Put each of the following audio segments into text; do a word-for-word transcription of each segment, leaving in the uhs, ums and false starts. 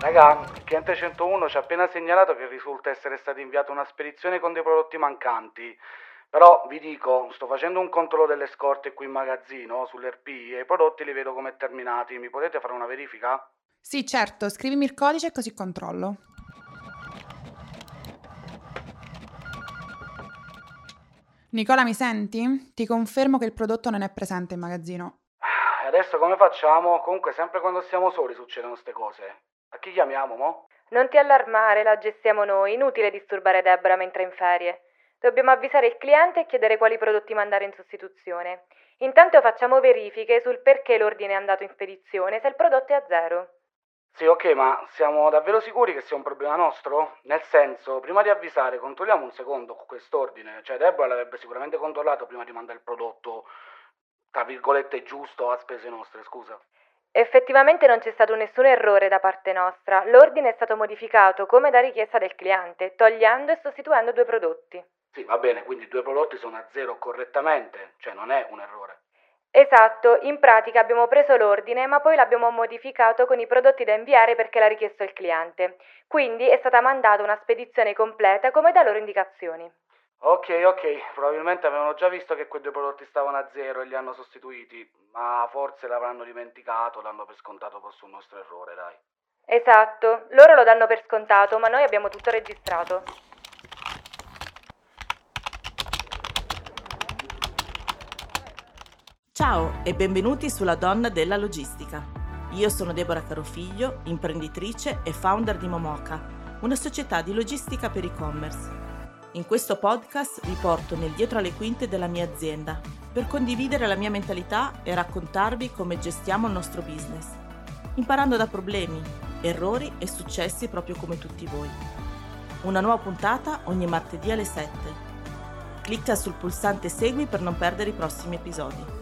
Raga, il cliente centouno ci ha appena segnalato che risulta essere stata inviata una spedizione con dei prodotti mancanti. Però vi dico, sto facendo un controllo delle scorte qui in magazzino, sull'R P, e i prodotti li vedo come terminati. Mi potete fare una verifica? Sì, certo, scrivimi il codice così controllo. Nicola, mi senti? Ti confermo che il prodotto non è presente in magazzino. E adesso come facciamo? Comunque sempre quando siamo soli succedono ste cose. A chi chiamiamo, mo? Non ti allarmare, la gestiamo noi, inutile disturbare Deborah mentre è in ferie. Dobbiamo avvisare il cliente e chiedere quali prodotti mandare in sostituzione. Intanto facciamo verifiche sul perché l'ordine è andato in spedizione, se il prodotto è a zero. Sì, ok, ma siamo davvero sicuri che sia un problema nostro? Nel senso, prima di avvisare, controlliamo un secondo con quest'ordine. Cioè, Deborah l'avrebbe sicuramente controllato prima di mandare il prodotto, tra virgolette, giusto a spese nostre, scusa. Effettivamente non c'è stato nessun errore da parte nostra. L'ordine è stato modificato come da richiesta del cliente, togliendo e sostituendo due prodotti. Sì, va bene, quindi i due prodotti sono a zero correttamente, cioè non è un errore. Esatto, in pratica abbiamo preso l'ordine ma poi l'abbiamo modificato con i prodotti da inviare perché l'ha richiesto il cliente. Quindi è stata mandata una spedizione completa come da loro indicazioni. Ok, ok, probabilmente avevano già visto che quei due prodotti stavano a zero e li hanno sostituiti, ma forse l'avranno dimenticato, l'hanno per scontato fosse un nostro errore, dai. Esatto, loro lo danno per scontato ma noi abbiamo tutto registrato. Ciao e benvenuti sulla Donna della Logistica. Io sono Deborah Carofiglio, imprenditrice e founder di Momoka, una società di logistica per e-commerce. In questo podcast vi porto nel dietro alle quinte della mia azienda per condividere la mia mentalità e raccontarvi come gestiamo il nostro business, imparando da problemi, errori e successi proprio come tutti voi. Una nuova puntata ogni martedì alle sette. Clicca sul pulsante segui per non perdere i prossimi episodi.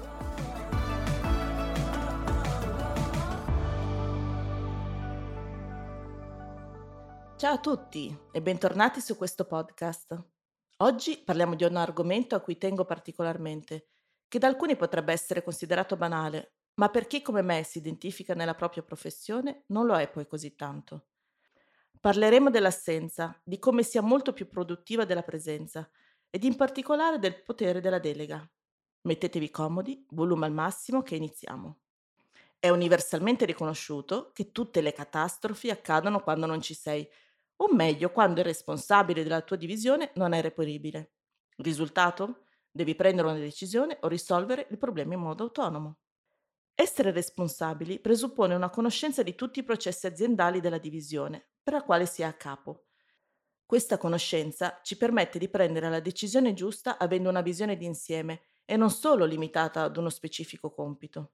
Ciao a tutti e bentornati su questo podcast. Oggi parliamo di un argomento a cui tengo particolarmente, che da alcuni potrebbe essere considerato banale, ma per chi come me si identifica nella propria professione non lo è poi così tanto. Parleremo dell'assenza, di come sia molto più produttiva della presenza ed in particolare del potere della delega. Mettetevi comodi, volume al massimo che iniziamo. È universalmente riconosciuto che tutte le catastrofi accadono quando non ci sei, o meglio, quando il responsabile della tua divisione non è reperibile. Risultato? Devi prendere una decisione o risolvere il problema in modo autonomo. Essere responsabili presuppone una conoscenza di tutti i processi aziendali della divisione, per la quale si è a capo. Questa conoscenza ci permette di prendere la decisione giusta avendo una visione d'insieme e non solo limitata ad uno specifico compito.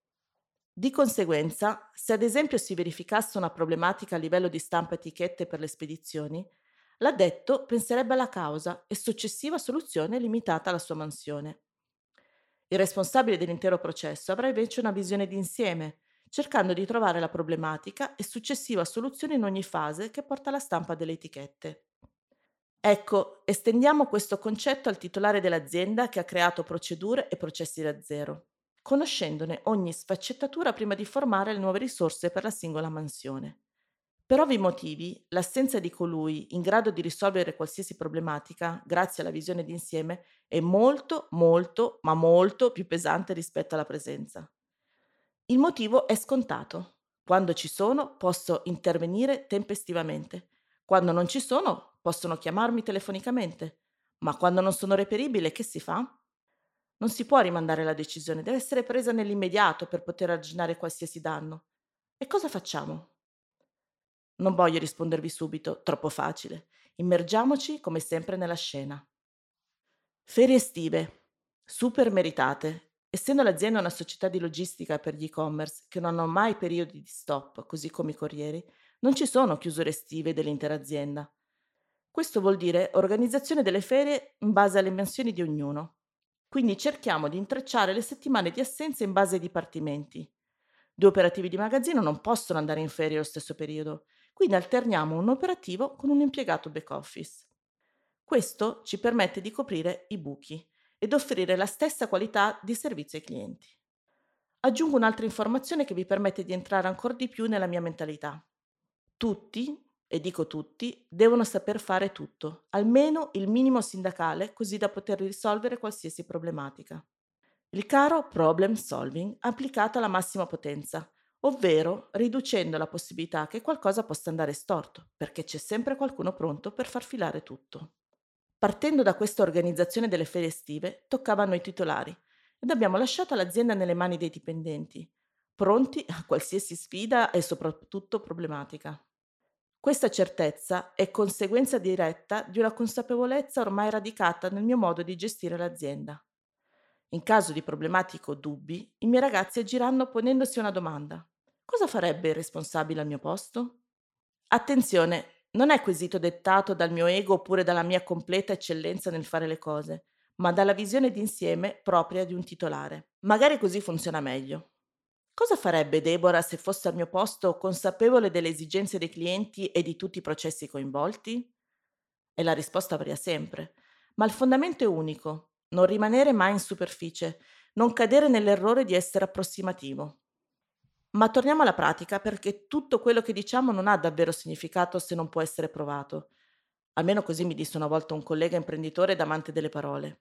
Di conseguenza, se ad esempio si verificasse una problematica a livello di stampa etichette per le spedizioni, l'addetto penserebbe alla causa e successiva soluzione limitata alla sua mansione. Il responsabile dell'intero processo avrà invece una visione d'insieme, cercando di trovare la problematica e successiva soluzione in ogni fase che porta alla stampa delle etichette. Ecco, estendiamo questo concetto al titolare dell'azienda che ha creato procedure e processi da zero, conoscendone ogni sfaccettatura prima di formare le nuove risorse per la singola mansione. Per ovvi motivi, l'assenza di colui in grado di risolvere qualsiasi problematica, grazie alla visione d'insieme, è molto, molto, ma molto più pesante rispetto alla presenza. Il motivo è scontato. Quando ci sono, posso intervenire tempestivamente. Quando non ci sono, possono chiamarmi telefonicamente. Ma quando non sono reperibile, che si fa? Non si può rimandare la decisione, deve essere presa nell'immediato per poter arginare qualsiasi danno. E cosa facciamo? Non voglio rispondervi subito, troppo facile. Immergiamoci come sempre nella scena. Ferie estive, super meritate. Essendo l'azienda una società di logistica per gli e-commerce che non hanno mai periodi di stop, così come i corrieri, non ci sono chiusure estive dell'intera azienda. Questo vuol dire organizzazione delle ferie in base alle mansioni di ognuno. Quindi cerchiamo di intrecciare le settimane di assenza in base ai dipartimenti. Due operativi di magazzino non possono andare in ferie allo stesso periodo, quindi alterniamo un operativo con un impiegato back office. Questo ci permette di coprire i buchi ed offrire la stessa qualità di servizio ai clienti. Aggiungo un'altra informazione che vi permette di entrare ancora di più nella mia mentalità. Tutti, e dico tutti, devono saper fare tutto, almeno il minimo sindacale, così da poter risolvere qualsiasi problematica. Il caro problem solving applicato alla massima potenza, ovvero riducendo la possibilità che qualcosa possa andare storto, perché c'è sempre qualcuno pronto per far filare tutto. Partendo da questa organizzazione delle ferie estive, toccava a noi titolari ed abbiamo lasciato l'azienda nelle mani dei dipendenti, pronti a qualsiasi sfida e soprattutto problematica. Questa certezza è conseguenza diretta di una consapevolezza ormai radicata nel mio modo di gestire l'azienda. In caso di problematiche o dubbi, i miei ragazzi agiranno ponendosi una domanda: cosa farebbe il responsabile al mio posto? Attenzione, non è quesito dettato dal mio ego oppure dalla mia completa eccellenza nel fare le cose, ma dalla visione d'insieme propria di un titolare. Magari così funziona meglio. Cosa farebbe Deborah se fosse al mio posto consapevole delle esigenze dei clienti e di tutti i processi coinvolti? E la risposta varia sempre, ma il fondamento è unico: non rimanere mai in superficie, non cadere nell'errore di essere approssimativo. Ma torniamo alla pratica, perché tutto quello che diciamo non ha davvero significato se non può essere provato. Almeno così mi disse una volta un collega imprenditore ed amante delle parole.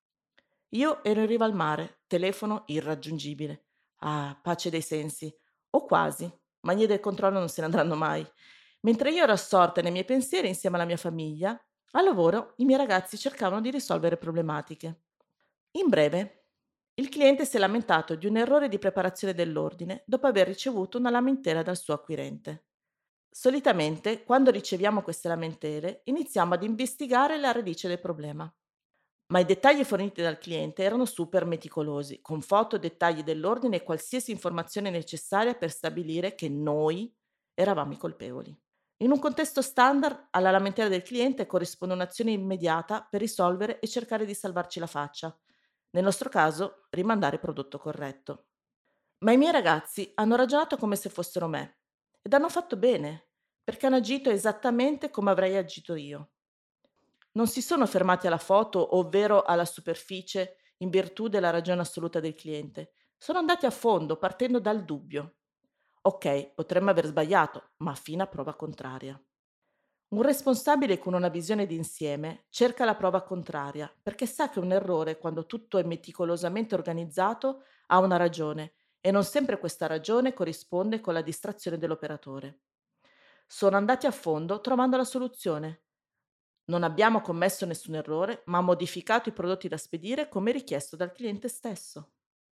Io ero in riva al mare, telefono irraggiungibile. Ah, pace dei sensi. O quasi, ma gli del controllo non se ne andranno mai. Mentre io ero assorta nei miei pensieri insieme alla mia famiglia, al lavoro i miei ragazzi cercavano di risolvere problematiche. In breve, il cliente si è lamentato di un errore di preparazione dell'ordine dopo aver ricevuto una lamentela dal suo acquirente. Solitamente, quando riceviamo queste lamentele, iniziamo ad investigare la radice del problema. Ma i dettagli forniti dal cliente erano super meticolosi, con foto, dettagli dell'ordine e qualsiasi informazione necessaria per stabilire che noi eravamo i colpevoli. In un contesto standard, alla lamentela del cliente corrisponde un'azione immediata per risolvere e cercare di salvarci la faccia. Nel nostro caso, rimandare il prodotto corretto. Ma i miei ragazzi hanno ragionato come se fossero me ed hanno fatto bene, perché hanno agito esattamente come avrei agito io. Non si sono fermati alla foto, ovvero alla superficie, in virtù della ragione assoluta del cliente. Sono andati a fondo, partendo dal dubbio. Ok, potremmo aver sbagliato, ma fino a prova contraria. Un responsabile con una visione d'insieme cerca la prova contraria, perché sa che un errore, quando tutto è meticolosamente organizzato, ha una ragione e non sempre questa ragione corrisponde con la distrazione dell'operatore. Sono andati a fondo trovando la soluzione. Non abbiamo commesso nessun errore, ma modificato i prodotti da spedire come richiesto dal cliente stesso.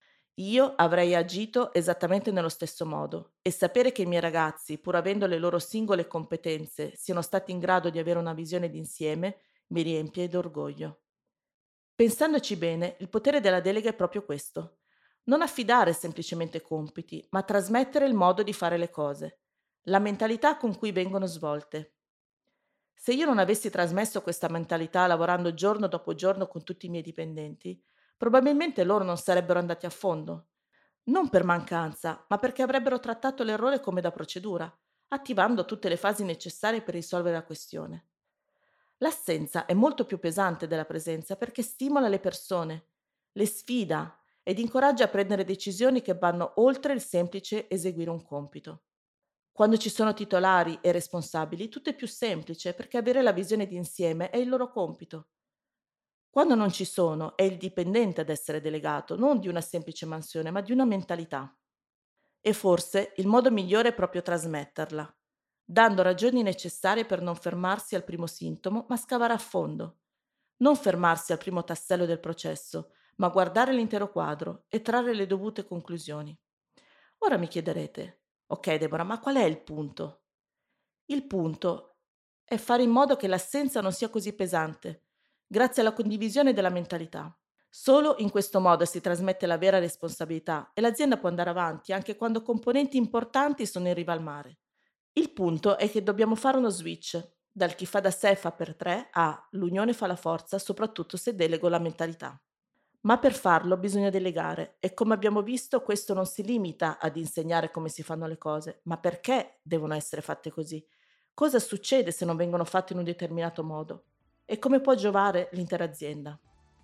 Io avrei agito esattamente nello stesso modo e sapere che i miei ragazzi, pur avendo le loro singole competenze, siano stati in grado di avere una visione d'insieme, mi riempie d'orgoglio. Pensandoci bene, il potere della delega è proprio questo: non affidare semplicemente compiti, ma trasmettere il modo di fare le cose, la mentalità con cui vengono svolte. Se io non avessi trasmesso questa mentalità lavorando giorno dopo giorno con tutti i miei dipendenti, probabilmente loro non sarebbero andati a fondo. Non per mancanza, ma perché avrebbero trattato l'errore come da procedura, attivando tutte le fasi necessarie per risolvere la questione. L'assenza è molto più pesante della presenza perché stimola le persone, le sfida ed incoraggia a prendere decisioni che vanno oltre il semplice eseguire un compito. Quando ci sono titolari e responsabili, tutto è più semplice perché avere la visione d'insieme è il loro compito. Quando non ci sono, è il dipendente ad essere delegato, non di una semplice mansione, ma di una mentalità. E forse il modo migliore è proprio trasmetterla, dando ragioni necessarie per non fermarsi al primo sintomo, ma scavare a fondo. Non fermarsi al primo tassello del processo, ma guardare l'intero quadro e trarre le dovute conclusioni. Ora mi chiederete: ok Deborah, ma qual è il punto? Il punto è fare in modo che l'assenza non sia così pesante, grazie alla condivisione della mentalità. Solo in questo modo si trasmette la vera responsabilità e l'azienda può andare avanti anche quando componenti importanti sono in riva al mare. Il punto è che dobbiamo fare uno switch, dal chi fa da sé fa per tre a l'unione fa la forza, soprattutto se delego la mentalità. Ma per farlo bisogna delegare e, come abbiamo visto, questo non si limita ad insegnare come si fanno le cose, ma perché devono essere fatte così. Cosa succede se non vengono fatte in un determinato modo? E come può giovare l'intera azienda?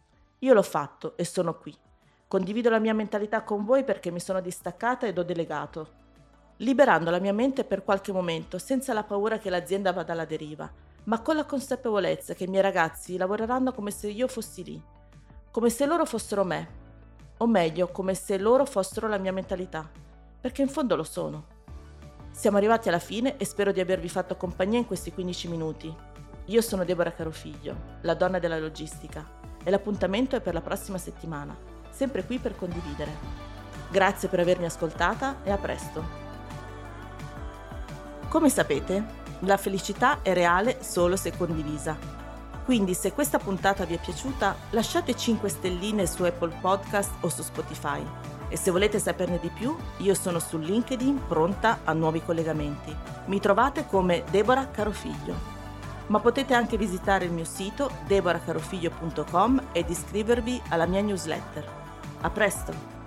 Io l'ho fatto e sono qui. Condivido la mia mentalità con voi perché mi sono distaccata ed ho delegato. liberando la mia mente per qualche momento senza la paura che l'azienda vada alla deriva, ma con la consapevolezza che i miei ragazzi lavoreranno come se io fossi lì, come se loro fossero me, o meglio, come se loro fossero la mia mentalità, perché in fondo lo sono. Siamo arrivati alla fine e spero di avervi fatto compagnia in questi quindici minuti. Io sono Deborah Carofiglio, la donna della logistica, e l'appuntamento è per la prossima settimana, sempre qui per condividere. Grazie per avermi ascoltata e a presto. Come sapete, la felicità è reale solo se condivisa. Quindi se questa puntata vi è piaciuta, lasciate cinque stelline su Apple Podcast o su Spotify. E se volete saperne di più, io sono su LinkedIn pronta a nuovi collegamenti. Mi trovate come Deborah Carofiglio. Ma potete anche visitare il mio sito deborah carofiglio punto com ed iscrivervi alla mia newsletter. A presto!